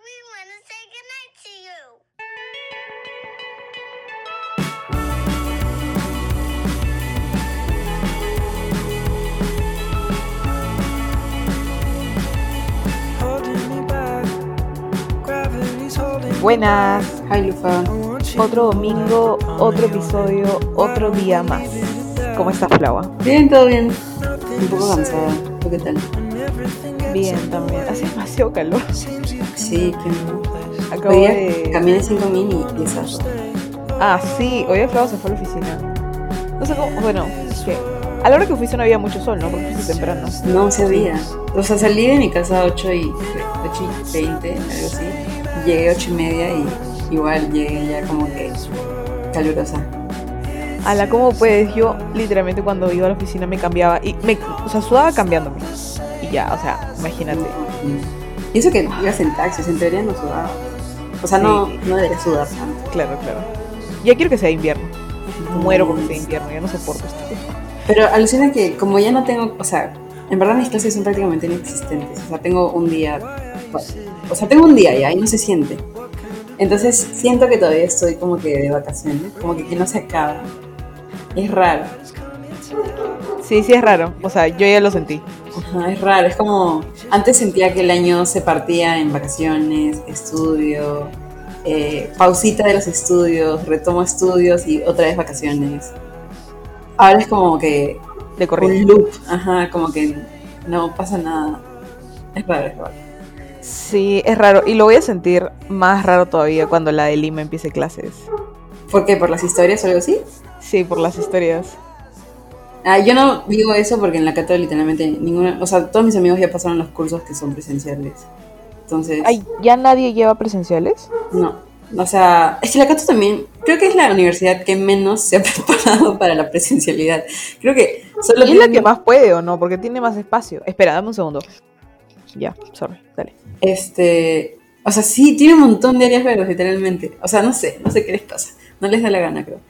we want to say goodnight to you. Buenas, Hi, Lufa. otro domingo, otro episodio, otro día más. ¿Cómo estás, Flava? Bien, todo bien. Un poco cansada. ¿Tú qué tal? Bien, también. Hace demasiado calor. Sí, que no. Acabo Hoy día de... caminé 5 mil y esas. Ah, sí, hoy Flava se fue a la oficina. No sé cómo... Bueno, es que a la hora que fuiste no había mucho sol, ¿no? Porque fuiste temprano. No sabía. O sea, salí de mi casa a 8:20, algo así. Llegué 8:30 y igual llegué ya como que calurosa. Ala, ¿cómo puedes? Yo literalmente cuando iba a la oficina me cambiaba y o sea, sudaba cambiándome. Y ya, o sea, imagínate. Y eso que ibas en taxis, en teoría no sudaba. O sea, no debería sudar tanto. Claro. Ya quiero que sea invierno. Muero porque sea invierno, ya no soporto esto. Pero alucina que como ya no tengo, o sea, en verdad mis clases son prácticamente inexistentes. O sea, tengo un día, tengo un día ya y no se siente. Entonces siento que todavía estoy como que de vacaciones, como que no se acaba. Es raro. Sí, es raro. O sea, yo ya lo sentí. Ajá, es raro. Es como, antes sentía que el año se partía en vacaciones, estudio, pausita de los estudios, retomo estudios y otra vez vacaciones. Ahora es como que De corrido. un loop, ajá, como que no pasa nada. Es raro. Sí, es raro. Y lo voy a sentir más raro todavía cuando la de Lima empiece clases. ¿Por qué? ¿Por las historias o algo así? Sí, por las historias. Yo no digo eso porque en la Cato literalmente ninguna, o sea, todos mis amigos ya pasaron los cursos que son presenciales. Entonces, Ay, ¿ya nadie lleva presenciales? no. O sea, es que la Cato también, creo que es la universidad que menos se ha preparado para la presencialidad. Creo que solo Y es la que más puede, ¿o no? Porque tiene más espacio. Espera, dame un segundo. Ya, sorry, dale. O sea, sí, tiene un montón de áreas verdes, literalmente. O sea, no sé qué les pasa. No les da la gana, creo.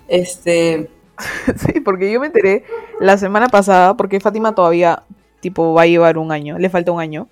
Sí, porque yo me enteré la semana pasada, porque Fátima todavía, tipo, va a llevar un año, le falta un año.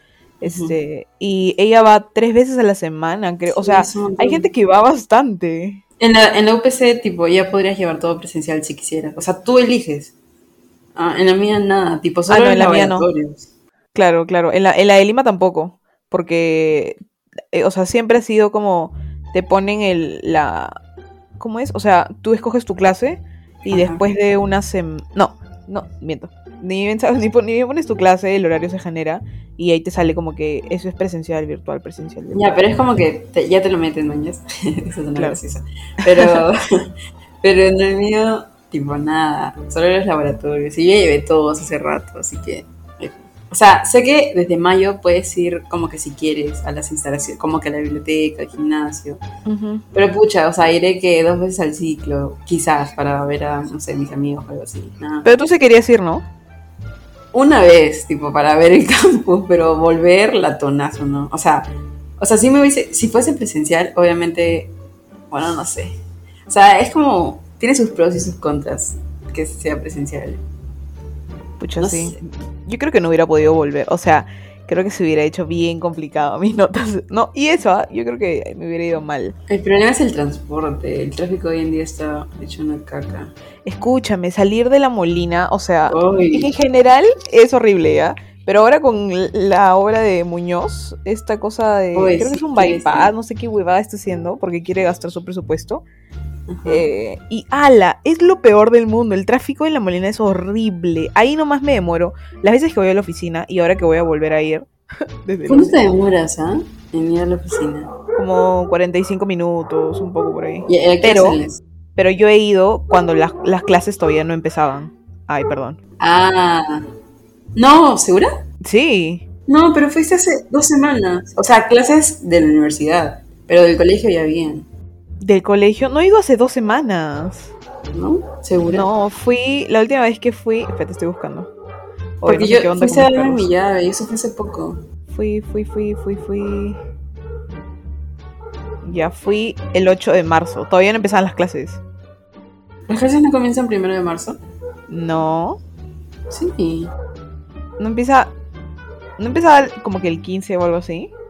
Y ella va 3 veces a la semana, creo. O sea, hay gente que va bastante. En la UPC, tipo, ya podrías llevar todo presencial si quisieras. O sea, tú eliges. En la mía nada, tipo, solo no, en la mía no. laboratorios. Claro. En la de Lima tampoco. Porque, o sea, siempre ha sido como, te ponen ¿cómo es? O sea, tú escoges tu clase y Ajá. después de una semana... No, miento. Ni bien pones tu clase, el horario se genera y ahí te sale como que eso es presencial, virtual. Ya, pero es como que ya te lo meten, mañas. Eso es una Claro. graciosa. Pero en el mío, tipo, nada. Solo los laboratorios. Y yo ya llevé todos hace rato, así que... O sea, sé que desde mayo puedes ir como que si quieres a las instalaciones, como que a la biblioteca, al gimnasio. Uh-huh. Pero pucha, o sea, iré que 2 veces al ciclo, quizás, para ver a, no sé, mis amigos o algo así. Nada. Pero tú se querías ir, ¿no? Una vez, tipo, para ver el campus, pero volver latonazo, ¿no? O sea, si fuese presencial, obviamente, bueno, no sé. O sea, es como, tiene sus pros y sus contras que sea presencial. Pucha, No sí. sé. Yo creo que no hubiera podido volver. O sea, creo que se hubiera hecho bien complicado mis notas. No, y eso, yo creo que me hubiera ido mal. El problema es el transporte. El tráfico hoy en día está hecho una caca. Escúchame, salir de La Molina, o sea, Uy. en general es horrible, ¿ya? Pero ahora con la obra de Muñoz, esta cosa de... Uy, creo que sí, es un sí, bypass, sí. no sé qué huevada está haciendo, porque quiere gastar su presupuesto. Ajá. Y ala, es lo peor del mundo. El tráfico en La Molina es horrible. Ahí nomás me demoro. Las veces que voy a la oficina y ahora que voy a volver a ir. Desde ¿Cuánto luego, te demoras, en ir a la oficina? como 45 minutos, un poco por ahí. ¿Y a qué hora sales? Pero yo he ido cuando las clases todavía no empezaban. Ay, perdón. No, ¿segura? Sí. No, pero fuiste hace 2 semanas. O sea, clases de la universidad, pero del colegio ya bien, Del colegio. No he ido hace 2 semanas. ¿no? ¿Segura? No, fui. La última vez que fui. Espérate, estoy buscando. Oye, Porque no sé qué yo onda fuiste con a mis darme perros. mi llave y eso fue hace poco. Fui. Ya fui el 8 de marzo. Todavía no empezaban las clases. ¿Las clases no comienzan 1 de marzo? No. Sí. No empieza. ¿No empezaba como que el 15 o algo así?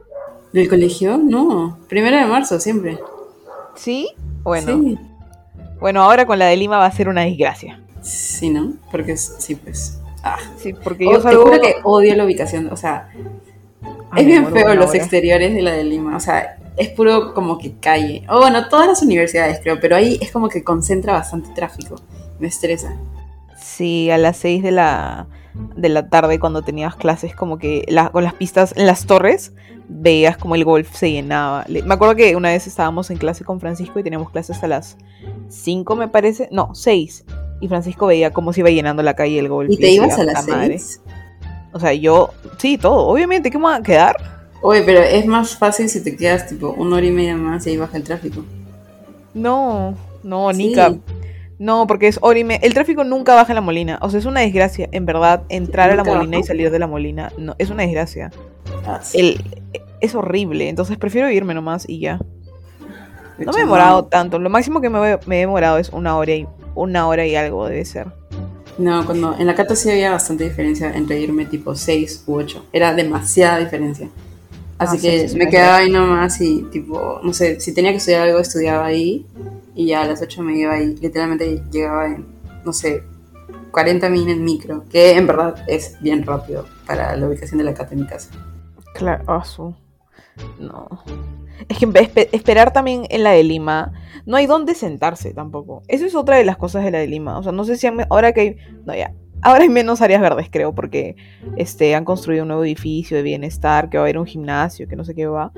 ¿Del colegio? No. 1 de marzo, siempre. ¿Sí? Bueno. Sí. Bueno, ahora con la de Lima va a ser una desgracia. Sí, ¿no? Porque sí, pues. Sí, porque yo Te salgo... juro que odio la ubicación. O sea, Ay, es me bien muero feo una los hora. exteriores de la de Lima. O sea, es puro como que calle. O bueno, todas las universidades creo, pero ahí es como que concentra bastante tráfico. Me estresa. Sí, a las 6 de la tarde cuando tenías clases, como que con las pistas en las torres, veías como el golf se llenaba. Me acuerdo que una vez estábamos en clase con Francisco y teníamos clases a las 5 me parece, no, 6. Y Francisco veía cómo se iba llenando la calle el golf. ¿Y Y te ibas decía, a las "Puta madre". 6? O sea, yo, sí, todo, obviamente, ¿qué me va a quedar? Oye, pero es más fácil si te quedas tipo 1 hora y media más y ahí baja el tráfico. No, no, Nika. Sí, No, porque es hora y media. El tráfico nunca baja en La Molina. O sea, es una desgracia, en verdad, entrar a La nunca Molina y bajó. salir de La Molina. No, es una desgracia. Sí. El, es horrible, entonces prefiero irme nomás y ya. No me he Pucha, demorado tanto. Lo máximo que me he demorado es 1 hora y algo debe ser. No, cuando en la Cato sí había bastante diferencia entre irme tipo 6 u 8. Era demasiada diferencia. Así Sí, que es me una quedaba desgracia. ahí nomás y tipo, no sé, si tenía que estudiar algo, estudiaba ahí y ya a las 8 me iba ahí. Literalmente llegaba en, no sé, 40 minutos en micro, que en verdad es bien rápido para la ubicación de la Cato en mi casa. Claro, no. Es que esperar también en la de Lima, no hay dónde sentarse tampoco. Eso es otra de las cosas de la de Lima. O sea, no sé si ahora que hay, no ya, ahora hay menos áreas verdes, creo, porque han construido un nuevo edificio de bienestar, que va a haber un gimnasio, que no sé qué va.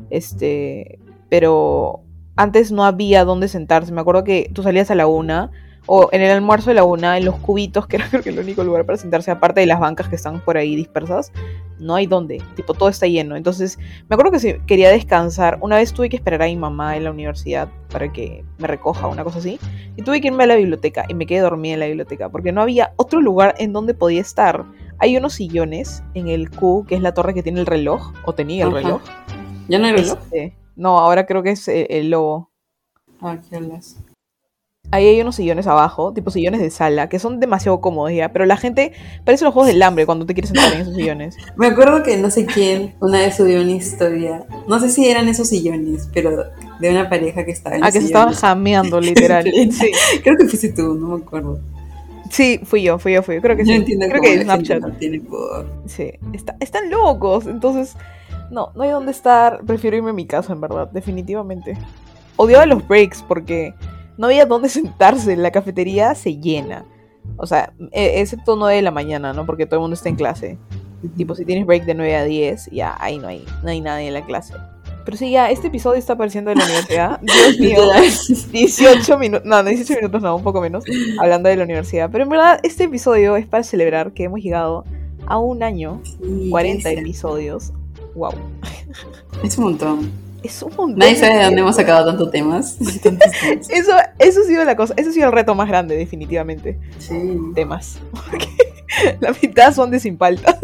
Pero antes no había dónde sentarse. Me acuerdo que tú salías a la 1 o en el almuerzo de la 1 en los cubitos, que era creo que el único lugar para sentarse, aparte de las bancas que están por ahí dispersas, no hay dónde, tipo todo está lleno. Entonces me acuerdo que si quería descansar, una vez tuve que esperar a mi mamá en la universidad para que me recoja, una cosa así, y tuve que irme a la biblioteca y me quedé dormida en la biblioteca porque no había otro lugar en donde podía estar. Hay unos sillones en el Q, que es la torre que tiene el reloj, o tenía el Ajá. reloj. ¿Ya no hay reloj? No, ahora creo que es el lobo. ¿Qué hablas? Ahí hay unos sillones abajo, tipo sillones de sala, que son demasiado cómodos ya, pero la gente parece los juegos del hambre cuando te quieres sentar en esos sillones. Me acuerdo que no sé quién una vez subió una historia, no sé si eran esos sillones, pero de una pareja que estaba en los Que se estaban sillones. jameando, literal. Sí. Creo que fuiste tú, no me acuerdo. Sí, fui yo. Creo que No sí. entiendo Creo cómo que la gente Snapchat. no tiene poder. Sí. Están locos. Entonces, no hay dónde estar. Prefiero irme a mi casa, en verdad. Definitivamente. Odiaba los breaks porque no había dónde sentarse. La cafetería se llena. O sea, excepto 9 de la mañana, ¿no? Porque todo el mundo está en clase. Tipo, si tienes break de 9 a 10, ya ahí no hay nadie en la clase. Pero sí, ya, este episodio está apareciendo de la universidad. Dios mío, 18 minutos, no, 18 minutos no, un poco menos, hablando de la universidad. Pero en verdad, este episodio es para celebrar que hemos llegado a un año, Sí, 40 ¿qué es? episodios. Wow. Es un montón. Es un montón. Nadie sabe de dónde hemos sacado tantos temas. Eso ha sido la cosa, eso ha sido el reto más grande, definitivamente. Sí. Temas. Porque la mitad son de sin paltas.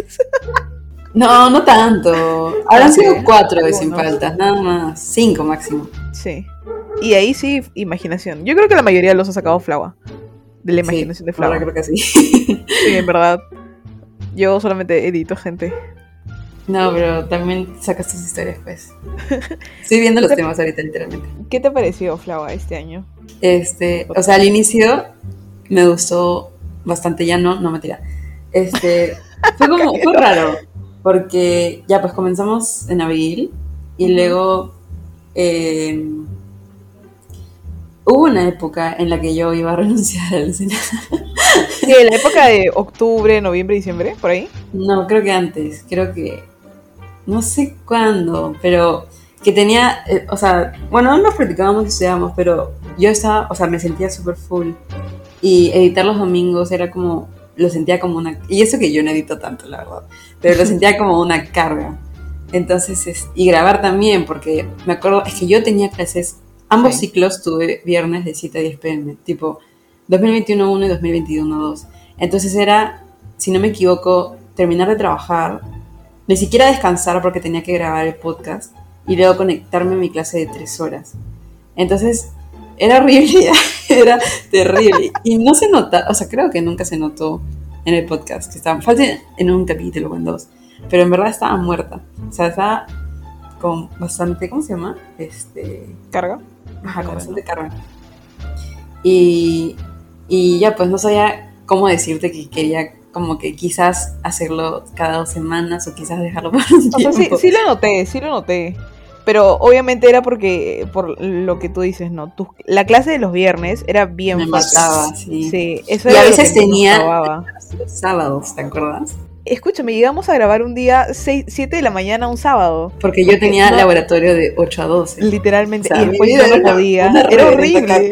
No tanto. Habrán sido 4 de sin algunos. faltas, nada más. 5 máximo. Sí. Y ahí sí, imaginación. Yo creo que la mayoría los ha sacado Flava. De la imaginación de Flava. Ahora creo que sí. Sí, en verdad. Yo solamente edito gente. No, pero también sacas tus historias, pues. Estoy viendo los temas ahorita, literalmente. ¿Qué te pareció Flava este año? O sea, al inicio me gustó bastante, ya no mentira. Fue raro, porque ya pues comenzamos en abril y luego hubo una época en la que yo iba a renunciar al Senado. Sí, la época de octubre, noviembre, diciembre, por ahí. No, creo que antes, creo que no sé cuándo, pero que tenía, o sea, bueno, no nos practicábamos y estudiábamos, pero yo estaba, o sea, me sentía súper full y editar los domingos era como, lo sentía como una, y eso que yo no edito tanto, la verdad, pero lo sentía como una carga. Entonces, y grabar también, porque me acuerdo, es que yo tenía clases, ambos ciclos tuve viernes de 7 a 10 pm, tipo 2021-1 y 2021-2. Entonces era, si no me equivoco, terminar de trabajar, ni siquiera descansar porque tenía que grabar el podcast y luego conectarme a mi clase de 3 horas. Entonces era horrible, era terrible. Y no se nota, o sea, creo que nunca se notó en el podcast, que estaba, falta en un capítulo o en 2, pero en verdad estaba muerta. O sea, estaba con bastante, ¿cómo se llama? ¿Carga? Ajá, con bastante carga. Y ya, pues no sabía cómo decirte que quería como que quizás hacerlo cada 2 semanas o quizás dejarlo por un tiempo. O sea, sí lo noté. Pero obviamente era porque, por lo que tú dices, ¿no? La clase de los viernes era bien me fácil. mataba, sí. Sí, eso y era a lo veces que me tenía acababa. los sábados, ¿te acuerdas? Escúchame, llegamos a grabar un día 7 de la mañana un sábado. Porque yo tenía laboratorio de 8 a 12. Literalmente, O sea, y después yo no podía. Era horrible.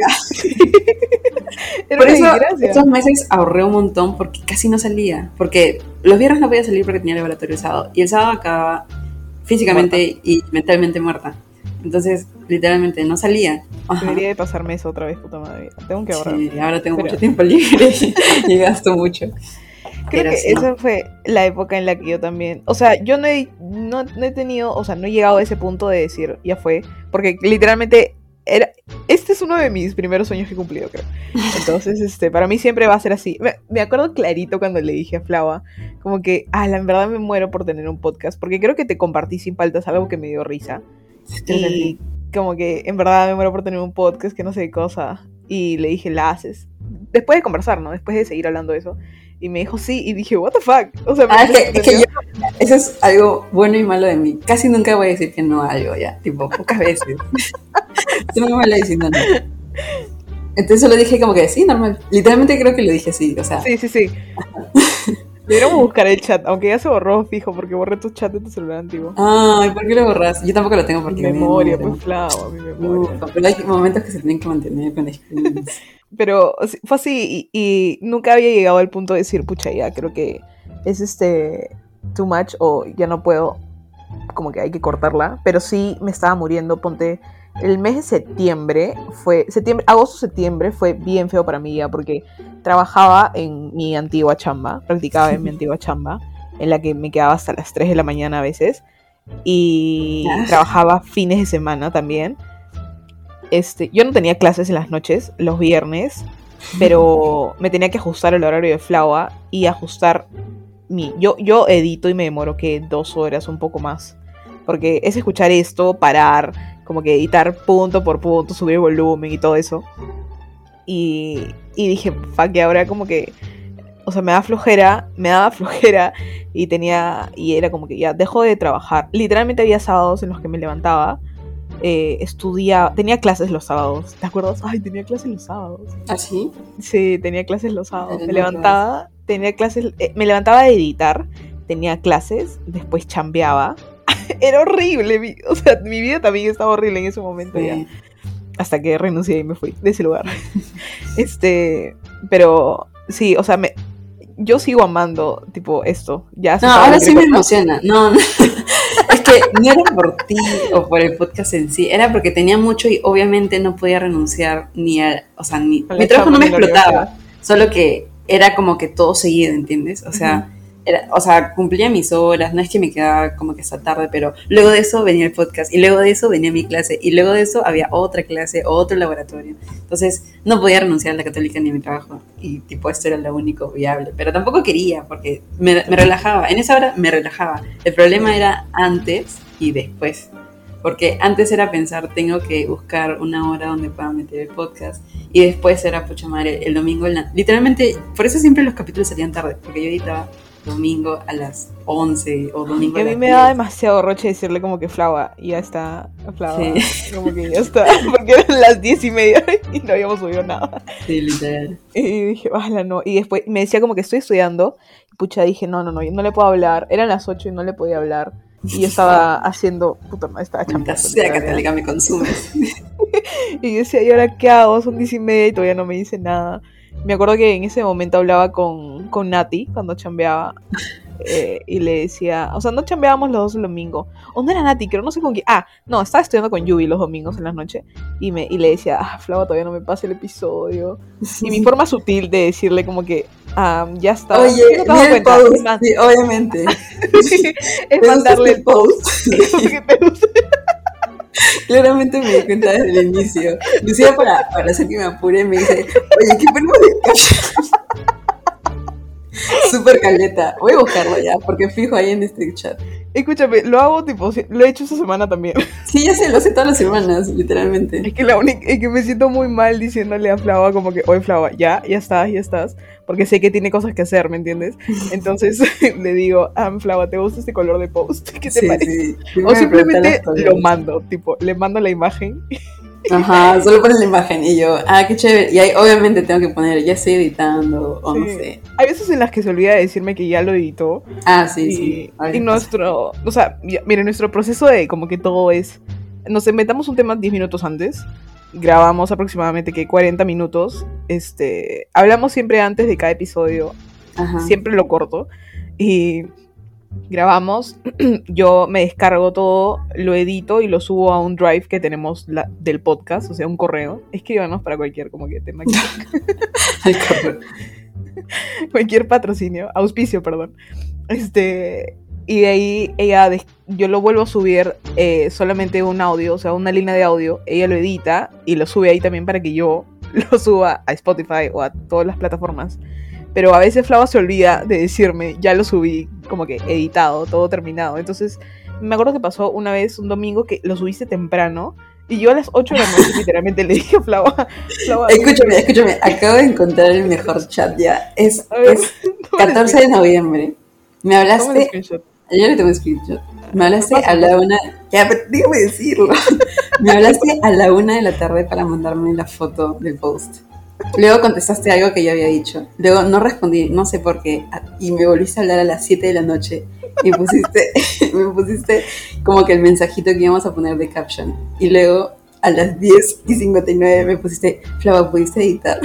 Era por una eso desgracia. estos meses ahorré un montón porque casi no salía. Porque los viernes no podía salir porque tenía laboratorio el sábado. Y el sábado acababa físicamente y mentalmente muerta. Entonces, literalmente no salía. Ajá. Debería de pasarme eso otra vez, puta madre. Tengo que ahorrar. Sí, ahora tengo mucho tiempo libre y gasto mucho. Creo pero que sí. esa fue la época en la que yo también, o sea, yo no he tenido, o sea, no he llegado a ese punto de decir, ya fue, porque literalmente este es uno de mis primeros sueños que he cumplido, creo. Entonces, para mí siempre va a ser así. Me acuerdo clarito cuando le dije a Flava, como que, en verdad me muero por tener un podcast, porque creo que te compartí sin faltas algo que me dio risa. Y como que, en verdad me muero por tener un podcast, que no sé qué cosa. Y le dije, ¿la haces? Después de conversar, ¿no? Después de seguir hablando de eso. Y me dijo, sí, y dije, what the fuck. O sea, es que yo, eso es algo bueno y malo de mí. Casi nunca voy a decir que no a algo, ya, tipo, pocas veces. Siempre me lo diciendo no. Entonces solo dije como que sí, normal. Literalmente creo que lo dije sí, o sea. Sí. Deberíamos buscar el chat, aunque ya se borró, fijo, porque borré tu chat de tu celular antiguo. Ay, ¿por qué lo borras? Yo tampoco lo tengo porque... Mi memoria, pues Flava, mi memoria. Pero hay momentos que se tienen que mantener con screens. Pero fue así y nunca había llegado al punto de decir, pucha, ya creo que es too much o ya no puedo, como que hay que cortarla. Pero sí me estaba muriendo, ponte... El mes de septiembre, agosto-septiembre fue bien feo para mí ya, porque trabajaba en mi antigua chamba, practicaba en mi antigua chamba, en la que me quedaba hasta las 3 de la mañana a veces, y trabajaba fines de semana también. Yo no tenía clases en las noches, los viernes, pero me tenía que ajustar el horario de Flava y ajustar yo edito y me demoro que 2 horas, un poco más, porque es escuchar esto, parar, como que editar punto por punto, subir volumen y todo eso. Y dije, fuck, que ahora como que, o sea, me daba flojera y era como que ya dejo de trabajar. Literalmente había sábados en los que me levantaba, estudiaba, tenía clases los sábados, ¿te acuerdas? Ay, tenía clases los sábados. ¿Ah, sí? Sí, tenía clases los sábados. Me levantaba, tenía clases, me levantaba a editar, tenía clases, después chambeaba. Era horrible, o sea, mi vida también estaba horrible en ese momento ya. Hasta que renuncié y me fui de ese lugar. Pero sí, o sea, yo sigo amando, tipo, esto. Ya no, ahora sí me emociona. No. Es que no era por ti o por el podcast en sí, era porque tenía mucho y obviamente no podía renunciar ni mi trabajo no me explotaba, solo que era como que todo seguido, ¿entiendes? O sea, cumplía mis horas, no es que me quedaba como que hasta tarde, pero luego de eso venía el podcast y luego de eso venía mi clase y luego de eso había otra clase, otro laboratorio. Entonces no podía renunciar a la católica ni a mi trabajo y tipo esto era lo único viable, pero tampoco quería porque me relajaba, en esa hora me relajaba. El problema era antes y después, porque antes era pensar tengo que buscar una hora donde pueda meter el podcast y después era pucha madre, el domingo literalmente, por eso siempre los capítulos salían tarde, porque yo editaba domingo a las 11 o domingo a las 10. A mí me daba demasiado roche decirle como que Flava, ya está, Flava, sí. Como que ya está, porque eran las 10:30 y no habíamos subido nada. Sí, literal. Y dije, no, y después me decía como que estoy estudiando, y pucha, dije, no, yo no le puedo hablar, eran las 8 y no le podía hablar, y yo estaba haciendo, puta madre, estaba chambeando. Sea católica, me consumes. Y yo decía, ¿y ahora qué hago? Son 10:30 y todavía no me dice nada. Me acuerdo que en ese momento hablaba con Nati cuando chambeaba y le decía, o sea, no chambeábamos los dos el domingo, o no era Nati, creo, no sé con quién, no, estaba estudiando con Yubi los domingos en la noche y le decía, Flava, todavía no me pasa el episodio, y mi forma sutil de decirle como que, ya está. Oye, ¿no te el post? Sí, obviamente. Es mandarle el post. Que te gusta. Claramente me di cuenta desde el inicio. Lucía, para hacer que me apure, me dice, oye, ¿qué ponemos de caption? súper caleta. Voy a buscarlo ya, porque fijo ahí en este chat. Escúchame, lo hago tipo, lo he hecho esta semana también. Sí, ya sé, lo hace todas las semanas, literalmente. Es que me siento muy mal diciéndole a Flava como que, oye Flava, ya estás, porque sé que tiene cosas que hacer, ¿me entiendes? Entonces le digo, Flava, ¿te gusta este color de post? ¿Qué te parece? Sí. O simplemente lo mando, tipo, le mando la imagen. Ajá, solo pones la imagen y yo, qué chévere. Y ahí obviamente tengo que poner, ya estoy editando, o no sé. Hay veces en las que se olvida de decirme que ya lo editó. Sí. Y nuestro, o sea, mire, nuestro proceso de como que todo es, nos inventamos un tema 10 minutos antes, grabamos aproximadamente que 40 minutos, hablamos siempre antes de cada episodio, Ajá. Siempre lo corto, y grabamos, yo me descargo todo, lo edito y lo subo a un drive que tenemos del podcast, o sea, un correo. Escríbanos para cualquier como que tema. Al correo. Cualquier patrocinio, auspicio, perdón. Y de ahí yo lo vuelvo a subir solamente un audio, o sea, una línea de audio. Ella lo edita y lo sube ahí también para que yo lo suba a Spotify o a todas las plataformas. Pero a veces Flava se olvida de decirme, ya lo subí, como que editado, todo terminado. Entonces, me acuerdo que pasó una vez, un domingo, que lo subiste temprano. Y yo a las 8 de la noche literalmente le dije a Flava... Escúchame, acabo de encontrar el mejor chat ya. Es 14 de noviembre. Me hablaste... Yo le tengo un screenshot. Me hablaste a la 1... Ya, pero dígame decirlo. Me hablaste a la 1 de la tarde para mandarme la foto del post. Luego contestaste algo que yo había dicho. Luego no respondí, no sé por qué. Y me volviste a hablar a las 7 de la noche. Y me pusiste como que el mensajito que íbamos a poner de caption. Y luego a las 10:59 me pusiste, Flava, ¿pudiste editar?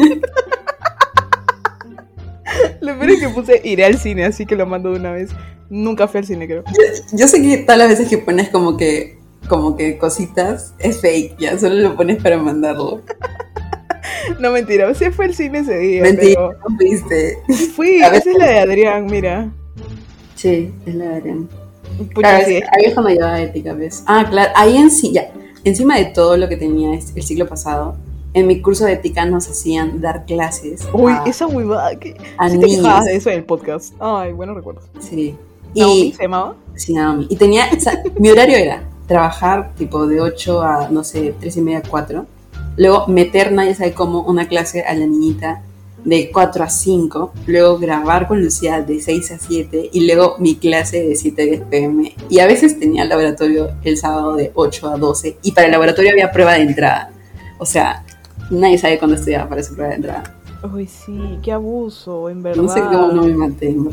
Lo peor es que puse iré al cine, así que lo mando de una vez. Nunca fui al cine, creo. Yo sé que todas las veces que pones como que cositas es fake, ya solo lo pones para mandarlo. No, mentira, sí fue al cine ese día. Mentira, pero... no fuiste. Fui, esa es la de Adrián, mira. Sí, es la de Adrián. Pucha, claro, ahí es cuando llevaba ética, ¿ves? Claro, ahí encima de todo lo que tenía el siglo pasado, en mi curso de ética nos hacían dar clases. Uy, esa huevada. Sí te quejabas de eso en el podcast. Ay, buenos recuerdos. Sí. ¿Naomi se llamaba? Sí, Naomi. Y tenía, o sea, mi horario era trabajar tipo de 8 a, no sé, 3:30, 4. Luego meter, nadie sabe cómo, una clase a la niñita de 4 a 5. Luego grabar con Lucía de 6 a 7. Y luego mi clase de 7 a 10 p.m. Y a veces tenía el laboratorio el sábado de 8 a 12. Y para el laboratorio había prueba de entrada. O sea, nadie sabe cuándo estudiaba para esa prueba de entrada. Uy, sí, qué abuso, en verdad. No sé cómo no me mantengo.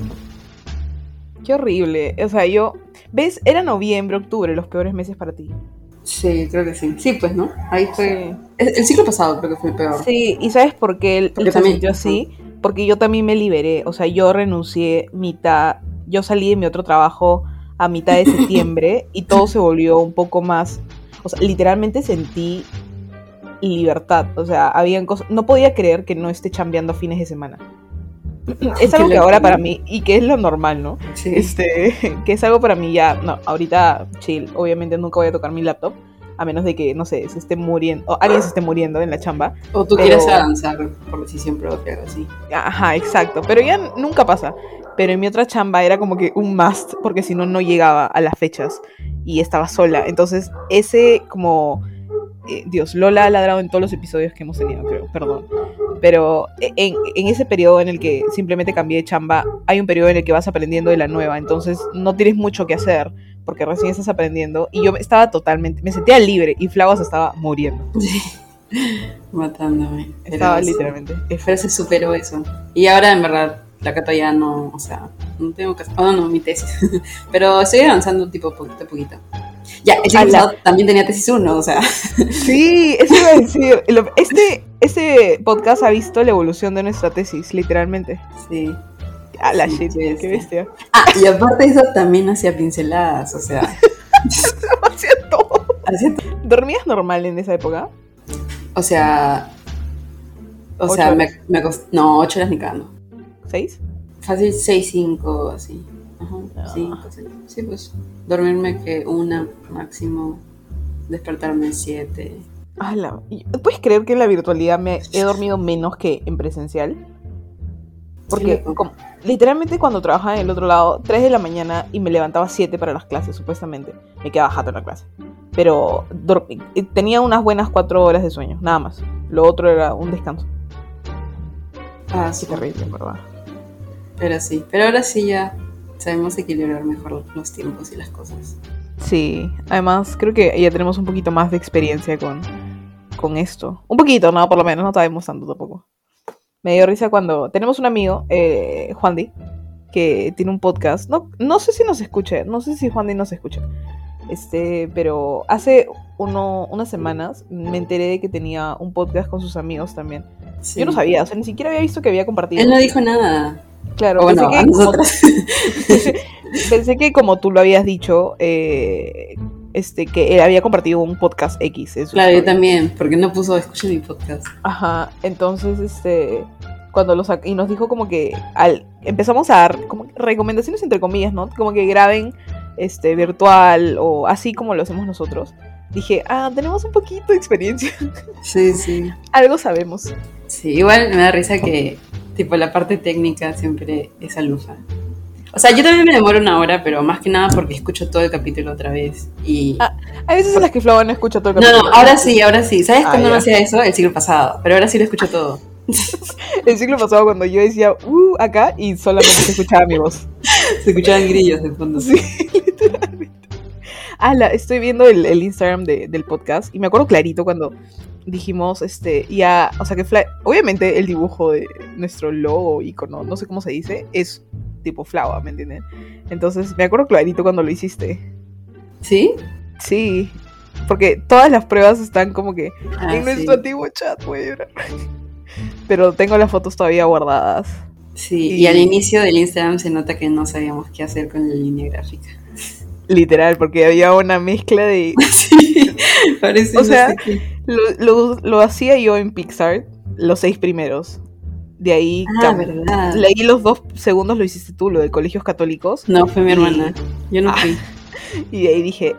Qué horrible. O sea, ¿ves? Era noviembre, octubre, los peores meses para ti. Sí, creo que sí. Sí, pues, ¿no? Ahí fue... Sí. El ciclo pasado creo que fue el peor. Sí, ¿y sabes por qué él se sintió así? Porque yo también me liberé. O sea, yo renuncié yo salí de mi otro trabajo a mitad de septiembre y todo se volvió un poco más... O sea, literalmente sentí libertad. O sea, habían cosas... No podía creer que no esté chambeando fines de semana. Es algo que ahora para mí, y que es lo normal, ¿no? Sí. Que es algo para mí ya, no, ahorita chill, obviamente nunca voy a tocar mi laptop, a menos de que, no sé, se esté muriendo, o alguien se esté muriendo en la chamba. O tú quieras avanzar por decisión propia, algo así. Ajá, exacto, pero ya nunca pasa. Pero en mi otra chamba era como que un must, porque si no, no llegaba a las fechas y estaba sola. Entonces, ese como... Dios, Lola ha ladrado en todos los episodios que hemos tenido, creo, perdón. Pero en ese periodo en el que simplemente cambié de chamba, hay un periodo en el que vas aprendiendo de la nueva, entonces no tienes mucho que hacer, porque recién estás aprendiendo, y yo estaba totalmente, me sentía libre, y Flava se estaba muriendo. Sí. Matándome. Estaba literalmente. Pero se superó eso. Y ahora, en verdad, la Cata ya no, o sea, no tengo que... no, mi tesis. Pero estoy avanzando tipo poquito a poquito. Ya, el ciclo pasado también tenía tesis 1, o sea. Sí, eso iba a decir. Este podcast ha visto la evolución de nuestra tesis, literalmente. Sí. A la shit, qué bestia. Y aparte de eso también hacía pinceladas, o sea. Hacía todo. ¿Dormías normal en esa época? O sea, me costó... No, 8 horas ni cagando. ¿6? Fácil 6, 5, así. Ajá, 5, 6. Sí, pues, dormirme que 1 máximo, despertarme 7. ¿Puedes creer que en la virtualidad he dormido menos que en presencial? Porque literalmente cuando trabajaba en el otro lado, 3 de la mañana y me levantaba 7 para las clases, supuestamente. Me quedaba jato en la clase. Pero tenía unas buenas 4 horas de sueño, nada más. Lo otro era un descanso. Sí. Terrible, en verdad. Pero ahora sí ya sabemos equilibrar mejor los tiempos y las cosas. Sí, además creo que ya tenemos un poquito más de experiencia con esto. Un poquito, no, por lo menos, no sabemos tanto tampoco. Me dio risa cuando tenemos un amigo, Juan Di, que tiene un podcast. No sé si nos escuche, no sé si Juan Di nos escucha. Pero hace unas semanas me enteré de que tenía un podcast con sus amigos también. Sí. Yo no sabía, o sea, ni siquiera había visto que había compartido. Él no dijo nada. Claro, pensé que como tú lo habías dicho, que él había compartido un podcast X. Claro, yo también, porque no puso escucha mi podcast. Ajá, entonces, cuando y nos dijo como que empezamos a dar como recomendaciones entre comillas, ¿no? Como que graben virtual o así como lo hacemos nosotros. Dije, tenemos un poquito de experiencia. Sí. Algo sabemos. Sí, igual me da risa que tipo la parte técnica siempre es alufa. O sea, yo también me demoro 1 hora, pero más que nada porque escucho todo el capítulo otra vez. Y hay veces en las que Flava no escucha todo el capítulo. No, ahora sí. ¿Sabes cuándo no hacía eso? El siglo pasado. Pero ahora sí lo escucho todo. El siglo pasado cuando yo decía, acá, y solamente se escuchaba mi voz. Se escuchaban grillos de fondo. Sí, literalmente. Estoy viendo el Instagram del podcast y me acuerdo clarito cuando dijimos, o sea que obviamente el dibujo de nuestro logo, icono, no sé cómo se dice, es tipo Flava, ¿me entienden? Entonces me acuerdo clarito cuando lo hiciste. ¿Sí? Sí, porque todas las pruebas están como que en nuestro antiguo chat, güey. Pero tengo las fotos todavía guardadas. Sí, y al inicio del Instagram se nota que no sabíamos qué hacer con la línea gráfica. Literal, porque había una mezcla de... Sí, parece. O sea, lo hacía yo en Pixar, los 6 primeros. De ahí... ¿verdad? Leí los 2 segundos, lo hiciste tú, lo de colegios católicos. No, fue mi hermana. Yo no fui. Y de ahí dije,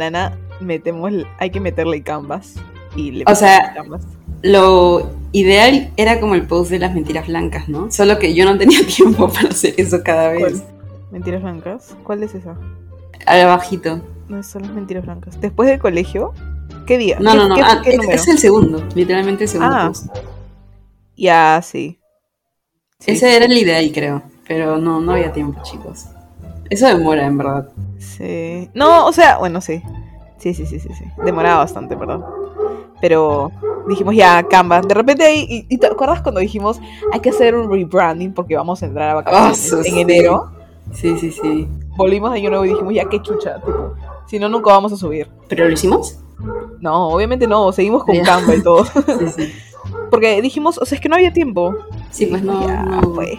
hay que meterle Canvas. Y le Canvas. Lo ideal era como el post de las mentiras blancas, ¿no? Solo que yo no tenía tiempo para hacer eso cada vez. ¿Cuál? ¿Mentiras blancas? ¿Cuál es esa? Al abajito. No, son las mentiras blancas. ¿Después del colegio? ¿Qué día? No. ¿Qué número? Es el segundo, literalmente el segundo post. Ya, sí. Ese era el ideal, creo. Pero no había tiempo, chicos. Eso demora, en verdad. Sí. No, o sea, bueno, sí. Sí. Demoraba bastante, perdón. Pero dijimos ya, Canva. De repente ahí, ¿y te acuerdas cuando dijimos hay que hacer un rebranding porque vamos a entrar a vacaciones en enero? Sí. Volvimos de año nuevo y dijimos ya, qué chucha, tipo, si no, nunca vamos a subir. ¿Pero lo hicimos? No, obviamente no, seguimos con Canva y todo. Sí. Porque dijimos, o sea, es que no había tiempo. Sí, pues no. Fue.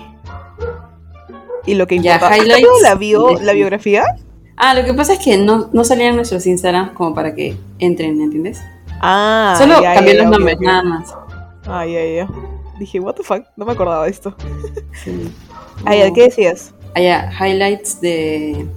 Y lo que importa, ¿has leído la biografía? Lo que pasa es que no salían nuestros Instagram como para que entren, ¿entiendes? Solo cambié los nombres, nada más. Ya. Dije, what the fuck, no me acordaba de esto. Sí. ¿Qué decías? Highlights de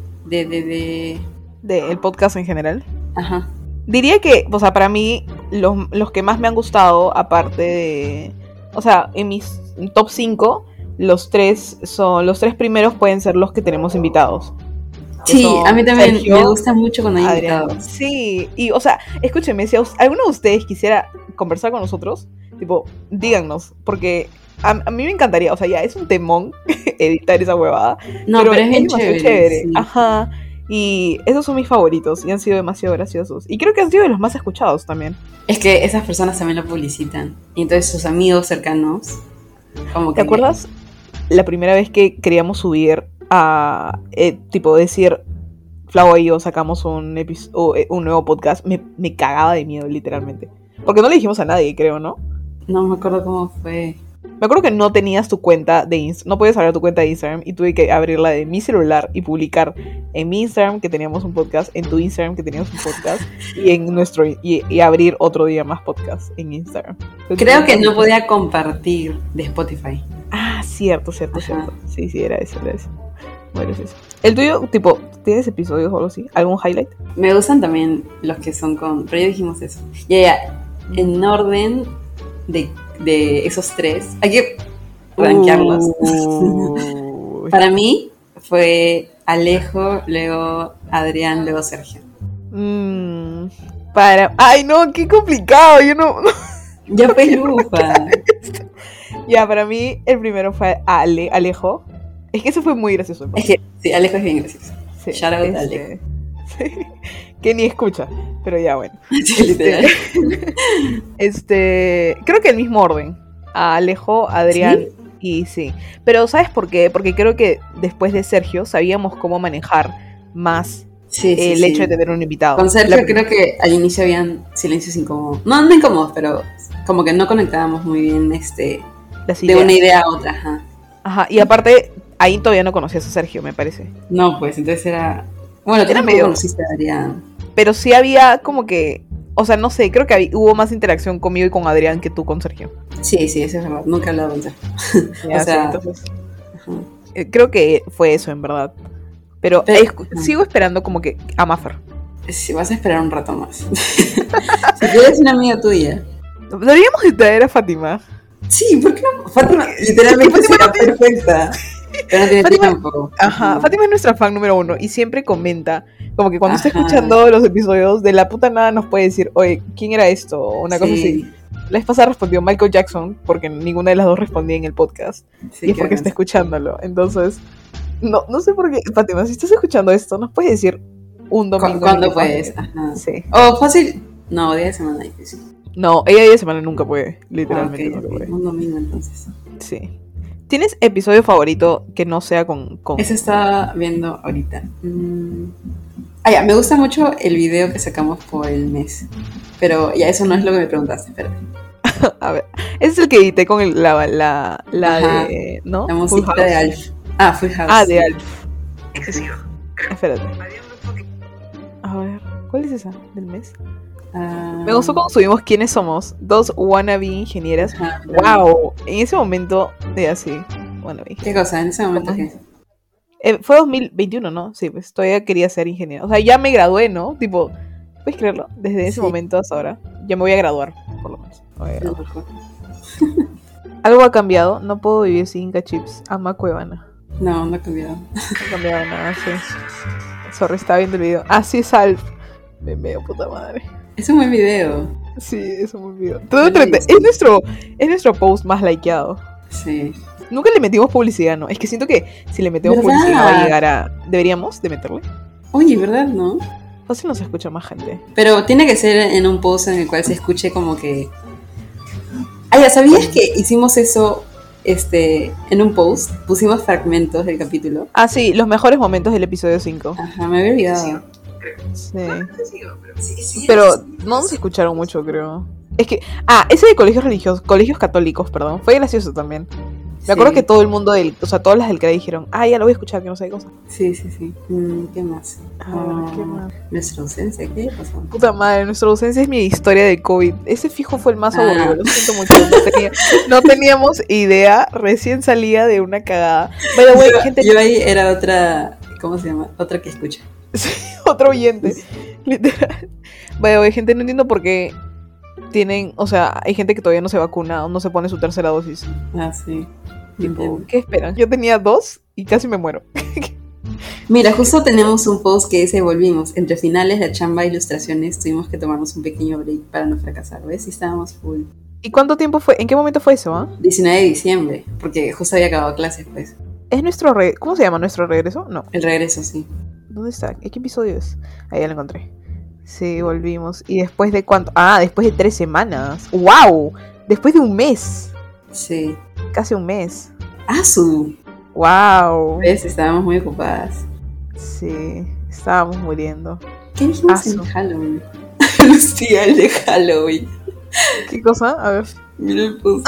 el podcast en general. Ajá. Diría que, o sea, para mí, los que más me han gustado, aparte de... O sea, en mis top 5, los 3 primeros pueden ser los que tenemos invitados. Sí, a mí también Sergio, me gusta mucho cuando hay invitados. Sí, y o sea, escúchenme, si alguno de ustedes quisiera conversar con nosotros, tipo, díganos, porque a mí me encantaría, o sea, ya es un temón editar esa huevada. No, pero es bien chévere. Sí. Ajá, y esos son mis favoritos y han sido demasiado graciosos. Y creo que han sido de los más escuchados también. Es que esas personas también lo publicitan. Y entonces sus amigos cercanos, como que... ¿Te acuerdas la primera vez que queríamos subir a tipo decir Flau y yo sacamos un nuevo podcast? Me cagaba de miedo, literalmente, porque no le dijimos a nadie, creo, ¿no? No me acuerdo cómo fue. Me acuerdo que no tenías tu cuenta de Instagram, no podías abrir tu cuenta de Instagram y tuve que abrirla de mi celular y publicar en mi Instagram que teníamos un podcast, en tu Instagram que teníamos un podcast y en nuestro y abrir otro día más podcast en Instagram. Entonces, creo que no podía compartir de Spotify. Cierto. Sí, era eso. Bueno, es eso. ¿El tuyo, tipo, tienes episodios o algo así? ¿Algún highlight? Me gustan también los que son con... Pero ya dijimos eso. Ya. En orden de esos 3. Aquí rankearlos. Para mí fue Alejo, luego Adrián, luego Sergio. Ay, no, qué complicado. Yo no. Ya fue Lufa. Ya, para mí el primero fue Alejo. Es que eso fue muy gracioso. Es que sí, Alejo es bien gracioso. Sí, Shout out a Alejo. Sí, que ni escucha, pero ya bueno. Sí, literal. Creo que el mismo orden. A Alejo, Adrián y sí. Pero ¿sabes por qué? Porque creo que después de Sergio sabíamos cómo manejar más el hecho de tener un invitado. Con Sergio creo que al inicio habían silencios incómodos. No incómodos, pero como que no conectábamos muy bien de una idea a otra. Ajá, y aparte ahí todavía no conocías a Sergio, me parece. No, pues entonces era... Bueno, tú tampoco conociste a Adrián. Pero sí había como que... O sea, no sé, creo que hubo más interacción conmigo y con Adrián que tú con Sergio. Sí, eso es verdad. Nunca he hablado con Sergio. Ya, o sea, entonces, creo que fue eso, en verdad. Pero sigo esperando como que a Maffer. Sí, vas a esperar un rato más. Si tú eres una amiga tuya. Deberíamos traer a Fátima. Sí, ¿por qué no? Fátima literalmente será perfecta. Pero no tiene tiempo. Ajá, Fátima es nuestra fan número 1 y siempre comenta, como que cuando está escuchando los episodios, de la puta nada nos puede decir, oye, ¿quién era esto? O una cosa así. La vez pasada respondió Michael Jackson, porque ninguna de las dos respondía en el podcast. Sí, y es porque está escuchándolo. Entonces, no sé por qué. Fátima, si estás escuchando esto, ¿nos puedes decir un domingo? ¿Cuándo puedes? Ajá. Sí. O fácil. No, día de semana difícil. No, ella día de semana nunca puede, literalmente no puede. Un domingo entonces. Sí. ¿Tienes episodio favorito que no sea con... Eso estaba viendo ahorita. Ya, me gusta mucho el video que sacamos por el mes. Pero ya, eso no es lo que me preguntaste, espérate. A ver, ese es el que edité con la de... ¿no? La música de Alf. Full House. De Alf. Espérate. A ver, ¿cuál es esa del mes? Me gustó cuando subimos quiénes somos. 2 wannabe ingenieras. Wow, en ese momento así, wannabe. ¿Qué cosa? ¿En ese momento qué? Fue 2021, ¿no? Sí, pues todavía quería ser ingeniera. O sea, ya me gradué, ¿no? Tipo, ¿puedes creerlo? Desde ese momento hasta ahora. Ya me voy a graduar, por lo menos. Algo ha cambiado. No puedo vivir sin Inca Chips. Ama Cuevana. No ha cambiado. No ha cambiado nada, sí. Sorry, estaba viendo el video. Sí es Alf. Me veo, puta madre. Es un buen video. Sí, es un buen video. Es nuestro post más likeado. Sí. Nunca le metimos publicidad, ¿no? Es que siento que si le metemos publicidad va a llegar a... ¿Deberíamos de meterle? Oye, ¿verdad, no? Fácil no se escucha más gente. Pero tiene que ser en un post en el cual se escuche como que... ya, ¿sabías que hicimos eso en un post? Pusimos fragmentos del capítulo. Sí, los mejores momentos del episodio 5. Ajá, me había olvidado. Sí. Pero no se escucharon mucho, creo. Es que... ese de colegios católicos, perdón. Fue gracioso también. Me acuerdo que todo el mundo todas las del CRE dijeron, ya lo voy a escuchar, que no sé qué cosa. Sí. ¿Qué más? ¿Qué más? Nuestra ausencia, ¿qué pasó? Puta madre, nuestra ausencia es mi historia de COVID. Ese fijo fue el más aburrido, lo siento mucho. No teníamos idea, recién salía de una cagada. Yo ahí era otra, ¿cómo se llama? Otra que escucha. Sí, otro oyente, literal. Vaya, gente, no entiendo por qué hay gente que todavía no se vacuna o no se pone su tercera dosis. Sí. Tipo, ¿qué esperan? Yo tenía 2 y casi me muero. Mira, justo tenemos un post que dice: volvimos. Entre finales, la chamba e ilustraciones, tuvimos que tomarnos un pequeño break para no fracasar, ¿ves? Y estábamos full. ¿Y cuánto tiempo fue? ¿En qué momento fue eso? 19 de diciembre, porque justo había acabado clases, pues. ¿Es ¿Cómo se llama? ¿Nuestro regreso? No. El regreso, sí. ¿Dónde está? ¿Qué episodio es? Ahí ya lo encontré. Sí, volvimos. ¿Y después de cuánto? Después de 3 semanas. ¡Wow! Después de un mes. Sí. Casi un mes. ¡Wow! ¿Ves? Estábamos muy ocupadas. Sí, estábamos muriendo. ¿Qué dijimos en Halloween? Lucía, el de Halloween. ¿Qué cosa? A ver. Mira el post.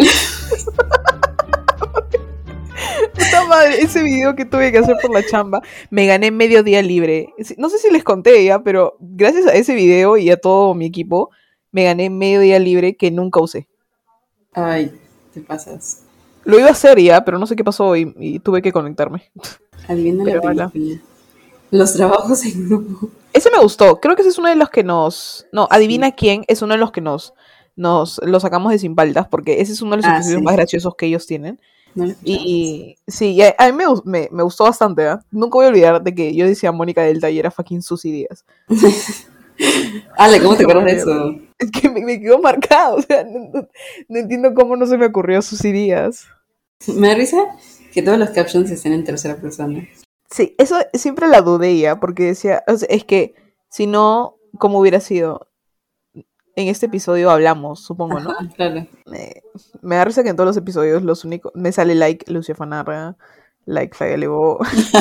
Puta madre, ese video que tuve que hacer por la chamba, me gané medio día libre. No sé si les conté ya, pero gracias a ese video y a todo mi equipo, me gané medio día libre que nunca usé. Ay, te pasas. Lo iba a hacer ya, pero no sé qué pasó y tuve que conectarme. Adivina la película. Los trabajos en grupo. Ese me gustó. Creo que ese es uno de los que nos... No, adivina quién es uno de los que nos lo sacamos de Sin Paltas, porque ese es uno de los episodios más graciosos que ellos tienen. No lo escuchamos. Y sí, a mí me gustó bastante, ¿eh? Nunca voy a olvidar de que yo decía Mónica Delta y era fucking Susy Díaz. Ale, ¿cómo te Nunca me acuerdas de olvido. eso? Es que me quedó marcado, o sea, no entiendo cómo no se me ocurrió Susy Díaz. Me da risa que todos los captions estén en tercera persona. Sí, eso siempre la dudé ya, porque decía, o sea, es que si no, ¿cómo hubiera sido? En este episodio hablamos, supongo, ¿no? Ah, claro. Me da risa que en todos los episodios los únicos, me sale like Lucia Fanarra, like Flavia Levo.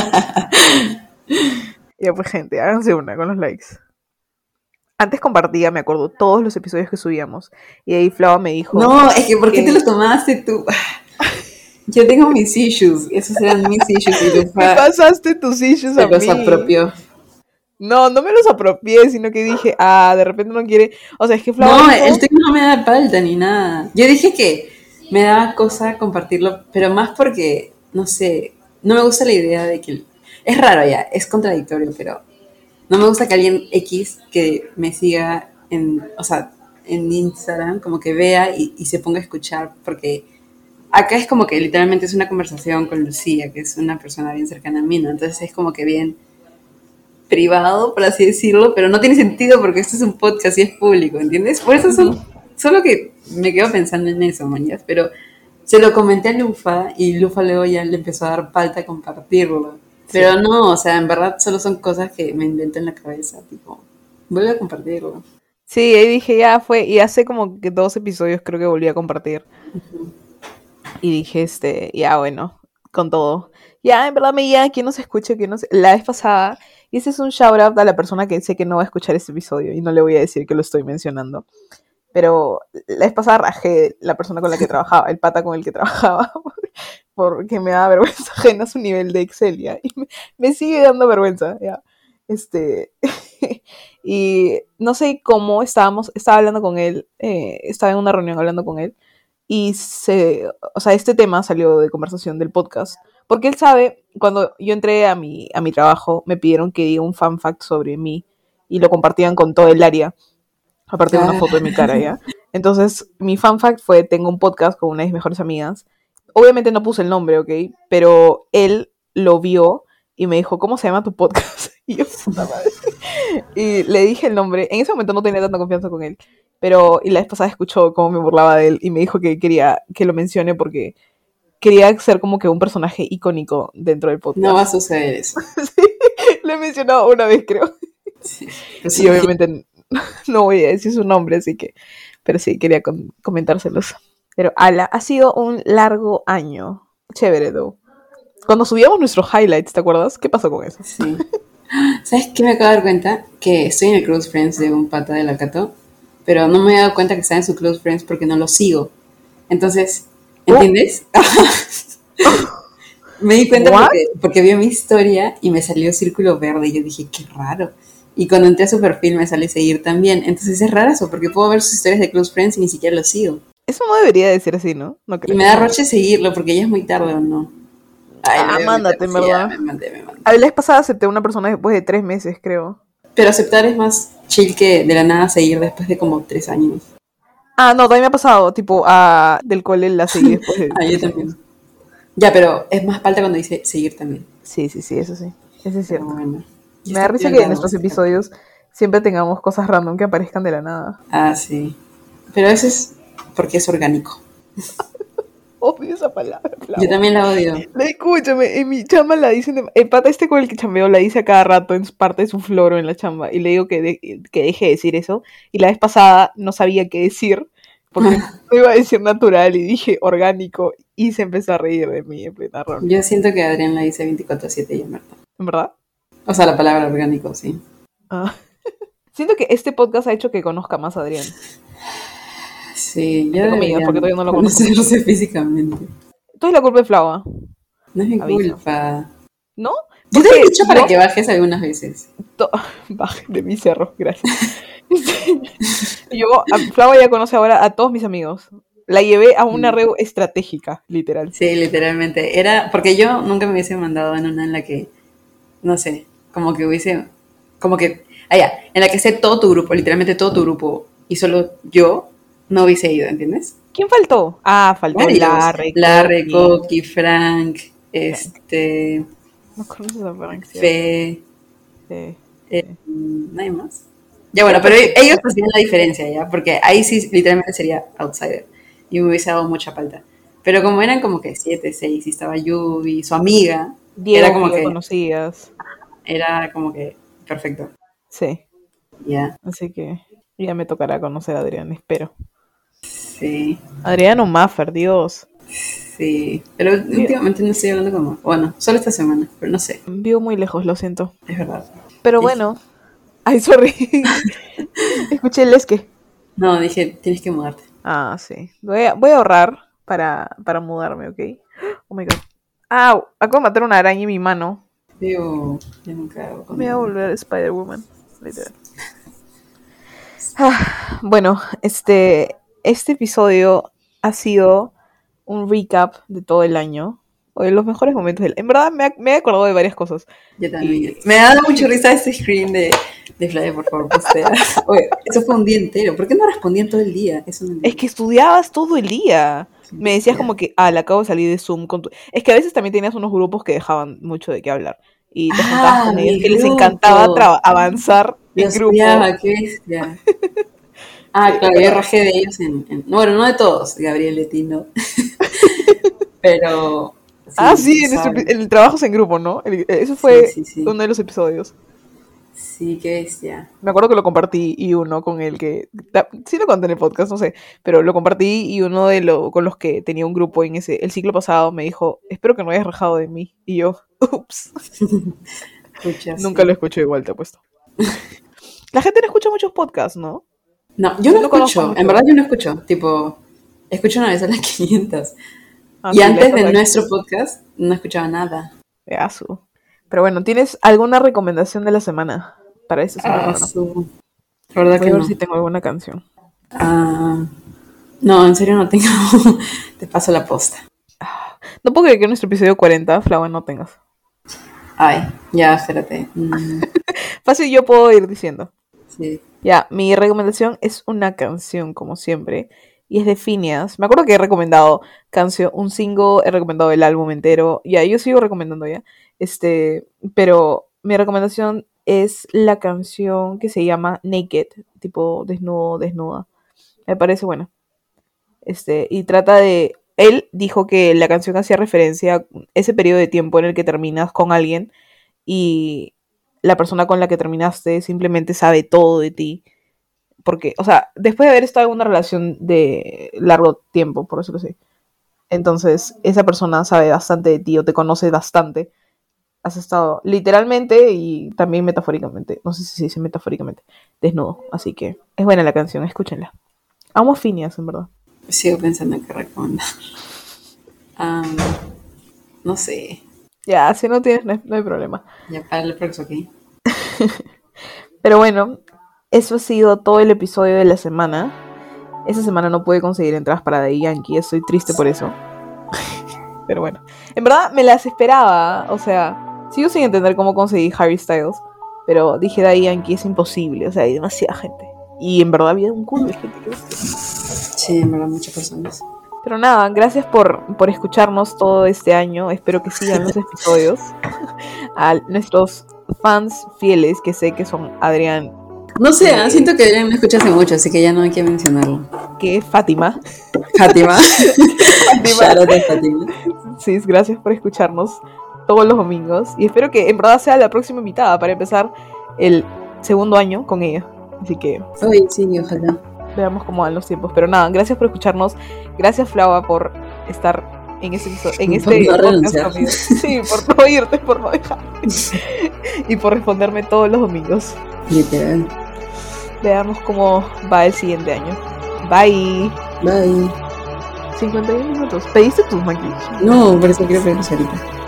Ya pues gente, háganse una con los likes. Antes compartía, me acuerdo, todos los episodios que subíamos. Y ahí Flava me dijo... No, es que ¿por qué te que- lo tomaste tú? Yo tengo mis issues, esos eran mis issues y Me Lufa pasaste tus issues se a los mí. apropió. No, no me los apropié, sino que dije, de repente no quiere... O sea, es que Flava No, dijo... el tuyo no me da palta ni nada. Yo dije que me daba cosa compartirlo, pero más porque, no sé, no me gusta la idea de que... Es raro ya, es contradictorio, pero no me gusta que alguien X que me siga en, o sea, en Instagram, como que vea y se ponga a escuchar, porque acá es como que literalmente es una conversación con Lucía, que es una persona bien cercana a mí, ¿no? Entonces es como que bien privado, por así decirlo, pero no tiene sentido porque esto es un podcast y es público, ¿entiendes? Por eso solo que me quedo pensando en eso, mañas, pero se lo comenté a Lufa y Lufa luego ya le empezó a dar palta a compartirlo. Pero Sí. no, o sea, en verdad solo son cosas que me invento en la cabeza, tipo, vuelve a compartirlo. Sí, ahí dije, ya fue. Y hace como que 2 episodios creo que volví a compartir. Y dije, ya bueno, con todo. Ya, en verdad me ya, que no se escuche, que no se... La vez pasada, y ese es un shout out a la persona que sé que no va a escuchar este episodio y no le voy a decir que lo estoy mencionando. Pero la vez pasada rajé la persona con la que trabajaba, el pata con el que trabajaba, porque me da vergüenza ajena su nivel de Excel, ¿ya? Y me sigue dando vergüenza, ¿ya? Y no sé cómo estaba hablando con él, estaba en una reunión hablando con él, y o sea, este tema salió de conversación del podcast, porque él sabe, cuando yo entré a mi trabajo, me pidieron que diga un fan fact sobre mí, y lo compartían con todo el área, aparte de una Ah, foto de mi cara, ¿ya? Entonces, mi fan fact fue, tengo un podcast con una de mis mejores amigas. Obviamente no puse el nombre, ¿ok? Pero él lo vio y me dijo, ¿cómo se llama tu podcast? Y yo, puta madre. Y le dije el nombre. En ese momento no tenía tanta confianza con él. Y la vez pasada escuchó cómo me burlaba de él y me dijo que quería que lo mencione porque quería ser como que un personaje icónico dentro del no va a podcast. suceder eso. Sí, lo he mencionado una vez, creo. Sí. Pues Y obviamente no voy a decir su nombre, así que... Pero sí, quería comentárselos. Pero ala, ha sido un largo año. Chévere, though. Cuando subíamos nuestros highlights, ¿te acuerdas? ¿Qué pasó con eso? sí. ¿Sabes qué me acabo de dar cuenta? Que estoy en el Close Friends de un pata de la Cato, pero no me he dado cuenta que está en su Close Friends porque no lo sigo. Entonces, ¿entiendes? Me di cuenta ¿What? porque vio mi historia y me salió círculo verde y yo dije, qué raro. Y cuando entré a su perfil me sale seguir también. Entonces es raro eso, porque puedo ver sus historias de Close Friends y ni siquiera lo sigo. Eso no debería de ser así, ¿no? No Y creo. me da roche seguirlo porque ya es muy tarde o no. Ay, me voy a meter, Mándate, en sí, ya, verdad. me mandé. A la vez pasada acepté a una persona después de 3 meses, creo. Pero aceptar es más chill que de la nada seguir después de como 3 años. No, también me ha pasado, tipo, del cole la seguí después de Ah, yo 3 años. también. Ya, pero es más falta cuando dice seguir también. Sí, eso sí. Eso es Pero cierto. bueno. Ya Me da está risa que en piola, nuestros ¿no? episodios siempre tengamos cosas random que aparezcan de la nada. Ah, sí. Pero eso es porque es orgánico. Odio esa palabra, Yo Flava. también la odio. Escúchame, en mi chamba la dicen, el pata este con el que chambeo la dice a cada rato en parte de su floro en la chamba y le digo que deje de decir eso y la vez pasada no sabía qué decir porque no iba a decir natural y dije orgánico y se empezó a reír de mí en plena reunión. Yo siento que Adrián la dice 24/7 y en verdad. ¿En verdad? O sea, la palabra orgánico, sí. Ah. Siento que este podcast ha hecho que conozca más a Adrián. Sí, yo Entre comillas, debería porque todavía no lo conozco. conocerse físicamente. Esto es la culpa de Flava, No es mi Aviso. culpa. ¿no? Yo te he Porque dicho para yo- que bajes algunas veces. Baje de mi cerro, gracias. Flava ya conoce ahora a todos mis amigos. La llevé a una reu estratégica, literal. Sí, literalmente. Era porque yo nunca me hubiese mandado en una en la que, no sé, como que hubiese, como que, en la que esté todo tu grupo, literalmente todo tu grupo, y solo yo no hubiese ido, ¿entiendes? ¿Quién faltó? Ah, faltó Varios. Larry, Coqui, Frank, No conoces a Frank, ¿sí? Fe, Sí. nadie más. Ya bueno, pero ellos hacían la diferencia, ¿ya? Porque ahí sí literalmente sería outsider y me hubiese dado mucha falta. Pero como eran como que 7, 6 y estaba Yubi, su amiga, Diego, era como que que conocías. era como que perfecto. Sí, Ya, así que ya me tocará conocer a Adrián, espero. sí, Adrián o Maffer, Dios. sí. Pero últimamente no estoy hablando como, bueno, solo esta semana, pero no sé, Vivo muy lejos, lo siento. es verdad. Pero bueno. Ay, sorry. Escuché el esque. No, dije, tienes que mudarte. Ah, sí. Voy a ahorrar para mudarme, ¿ok? Oh my god. Ah, acabo de matar una araña en mi mano. Digo, yo nunca hago Me voy a conmigo. volver Spider-Woman. Literal. Bueno, este episodio ha sido un recap de todo el año. O de los mejores momentos del... En verdad me he acordado de varias cosas. Yo también. Y- Me ha dado mucha risa ese screen de Flavia, por favor, postea. Oye, eso fue un día entero. ¿Por qué no respondían todo el día? Eso no Es entiendo. que estudiabas todo el día. Me decías como que, le acabo de salir de Zoom con tu... Es que a veces también tenías unos grupos que dejaban mucho de qué hablar. Y te juntabas con ellos, Mi que les grupo. encantaba avanzar en Los grupo. odiaba, qué bestia. Claro, yo rajé de ellos bueno, no de todos, Gabriel Letino. Pero. Sí, en el trabajo en grupo, ¿no? Eso fue Sí. uno de los episodios. Sí, qué bestia. Me acuerdo que lo compartí y uno con el que... Sí lo conté en el podcast, no sé. Pero lo compartí y uno con los que tenía un grupo en el ciclo pasado me dijo, espero que no hayas rajado de mí. Y yo, ups. Escucha, Nunca sí. lo escucho igual, te apuesto. La gente no escucha muchos podcasts, ¿no? No, yo no No conozco escucho. mucho. En verdad, yo no escucho. Tipo, escucho una vez a las 500. Y Sí, antes de lejos, nuestro podcast, no escuchaba nada. Pero bueno, ¿tienes alguna recomendación de la semana para esta semana? La verdad Voy que a ver no. si tengo alguna canción. No, en serio no tengo. Te paso la posta. No puedo creer que en nuestro episodio 40, Flava, no tengas. Ay, ya, espérate. Fácil, yo puedo ir diciendo. Sí. Ya, mi recomendación es una canción, como siempre, y es de Phineas. Me acuerdo que he recomendado un single, he recomendado el álbum entero. Ya, yo sigo recomendando ya. Pero mi recomendación es la canción que se llama Naked, tipo desnudo, desnuda. Me parece buena. Y trata de... Él dijo que la canción hacía referencia a ese periodo de tiempo en el que terminas con alguien y la persona con la que terminaste simplemente sabe todo de ti. Porque, o sea, después de haber estado en una relación de largo tiempo, por decirlo así, entonces esa persona sabe bastante de ti o te conoce bastante. Has estado literalmente y también metafóricamente, no sé si se dice metafóricamente, desnudo. Así que es buena la canción, escúchenla. Amo a Phineas, en verdad. Sigo pensando en qué recomendar. No sé. Ya, si no tienes, no hay problema. Ya para el próximo, ¿ok? Pero bueno, eso ha sido todo el episodio de la semana. Esta semana no pude conseguir entradas para Daddy Yankee, estoy triste por eso. Pero bueno, en verdad me las esperaba. O sea, sigo sin entender cómo conseguí Harry Styles. Pero dije Daddy Yankee es imposible, o sea, hay demasiada gente. Y en verdad había un culo de gente. Sí, en verdad, muchas personas. Pero nada, gracias por escucharnos todo este año. Espero que sigan los episodios. A nuestros fans fieles, que sé que son Adrián. No sé, siento que Adrián me escucha hace mucho, así que ya no hay que mencionarlo. Que es Fátima. Fátima. Shout out a Fátima. Sí, gracias por escucharnos todos los domingos. Y espero que en verdad sea la próxima invitada para empezar el segundo año con ella. Así que... Oye, sí, ojalá. Veamos cómo van los tiempos. Pero nada, gracias por escucharnos. Gracias, Flava, por estar en este renunciar. conmigo. Sí, por no irte, por no dejarme. Y por responderme todos los domingos. Literal. Veamos cómo va el siguiente año. Bye. Bye. 51 minutos. ¿Pediste tus maquillos? No, por eso quiero ver ahorita.